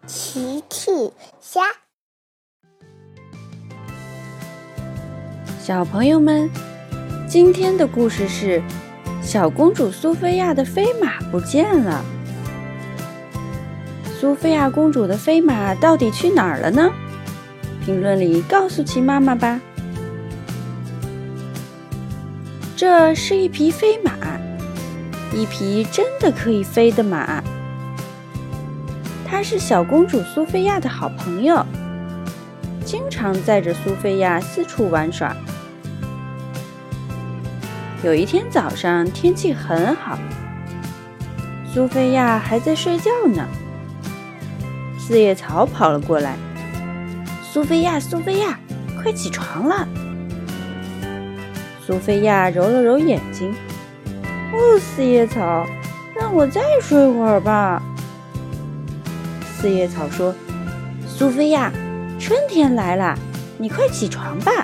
奇趣虾。 小朋友们，今天的故事是小公主苏菲亚的飞马不见了。苏菲亚公主的飞马到底去哪儿了呢？评论里告诉奇妈妈吧。这是一匹飞马，一匹真的可以飞的马。它是小公主苏菲亚的好朋友，经常载着苏菲亚四处玩耍。有一天早上，天气很好，苏菲亚还在睡觉呢。四叶草跑了过来，苏菲亚，苏菲亚，快起床了！苏菲亚揉了揉眼睛，哦，四叶草，让我再睡会儿吧。四叶草说：“苏菲亚，春天来了，你快起床吧。”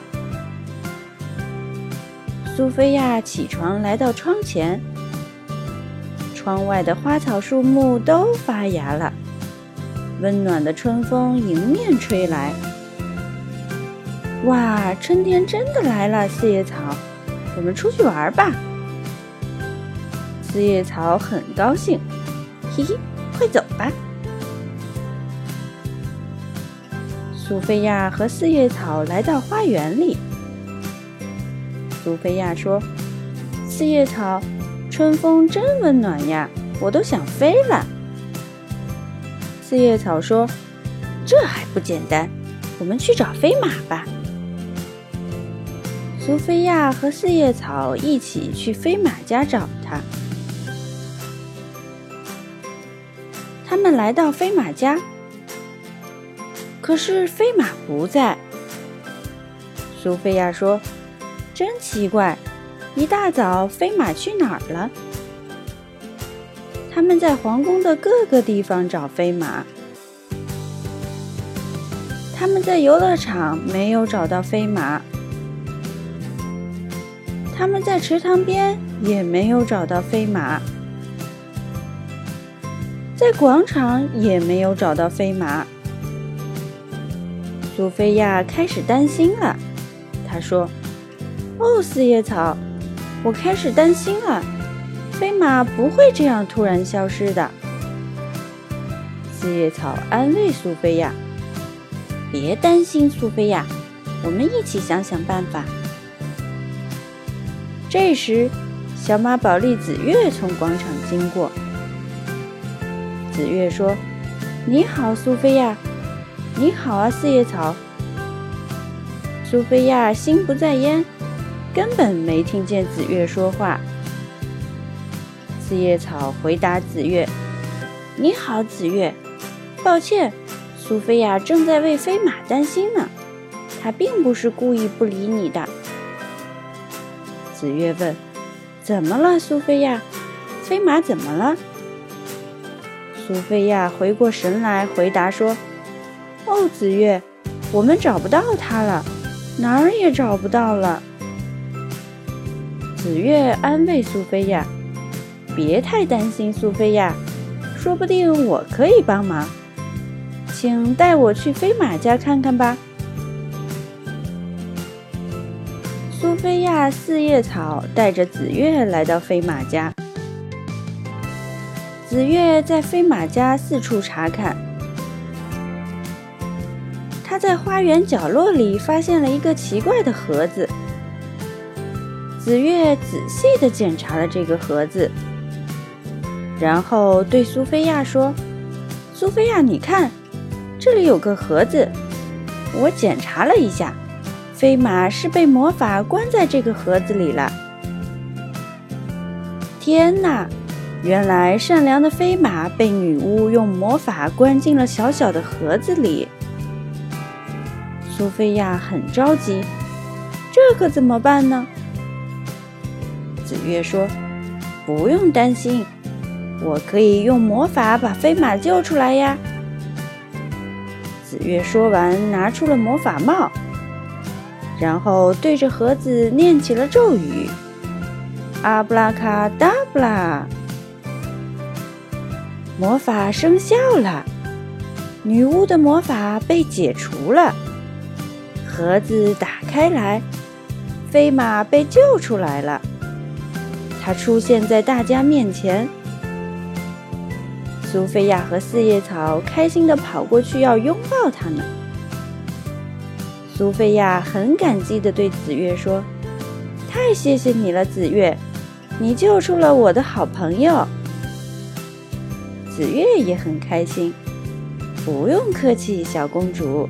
苏菲亚起床来到窗前，窗外的花草树木都发芽了，温暖的春风迎面吹来。哇，春天真的来了！四叶草，我们出去玩吧。四叶草很高兴，嘿嘿，快走吧。苏菲亚和四叶草来到花园里。苏菲亚说：“四叶草，春风真温暖呀，我都想飞了。”四叶草说：“这还不简单，我们去找飞马吧。”苏菲亚和四叶草一起去飞马家找它。他们来到飞马家，可是飞马不在。苏菲亚说：“真奇怪，一大早飞马去哪儿了？”他们在皇宫的各个地方找飞马，他们在游乐场没有找到飞马，他们在池塘边也没有找到飞马，在广场也没有找到飞马。苏菲亚开始担心了，她说：“哦，四叶草，我开始担心了，飞马不会这样突然消失的。”四叶草安慰苏菲亚：“别担心，苏菲亚，我们一起想想办法。”这时，小马宝莉紫月从广场经过。紫月说：“你好，苏菲亚。”“你好啊，四叶草。”苏菲亚心不在焉，根本没听见紫月说话。四叶草回答紫月：“你好，紫月。抱歉，苏菲亚正在为飞马担心呢，她并不是故意不理你的。”紫月问：“怎么了，苏菲亚？飞马怎么了？”苏菲亚回过神来，回答说：“哦，紫月，我们找不到它了，哪儿也找不到了。”紫月安慰苏菲亚：“别太担心，苏菲亚，说不定我可以帮忙，请带我去飞马家看看吧。”苏菲亚、四叶草带着紫月来到飞马家。紫月在飞马家四处查看，她在花园角落里发现了一个奇怪的盒子。紫月仔细地检查了这个盒子，然后对苏菲亚说：“苏菲亚，你看，这里有个盒子，我检查了一下，飞马是被魔法关在这个盒子里了。”天哪！原来善良的飞马被女巫用魔法关进了小小的盒子里。苏菲亚很着急，这可怎么办呢？紫月说：“不用担心，我可以用魔法把飞马救出来呀。”紫月说完，拿出了魔法帽，然后对着盒子念起了咒语：“阿布拉卡达布拉。”魔法生效了， 女巫的魔法被解除了，盒子打开来，飞马被救出来了。它出现在大家面前。苏菲亚和四叶草开心地跑过去要拥抱它们。苏菲亚很感激地对紫月说：“太谢谢你了，紫月，你救出了我的好朋友。”紫月也很开心：“不用客气，小公主。”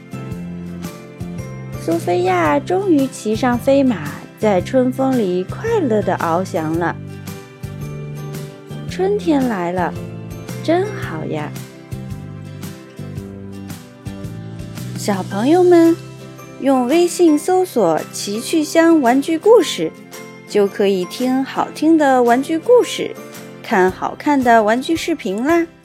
苏菲亚终于骑上飞马，在春风里快乐地翱翔了。春天来了，真好呀！小朋友们，用微信搜索“奇趣箱玩具故事”，就可以听好听的玩具故事，看好看的玩具视频啦！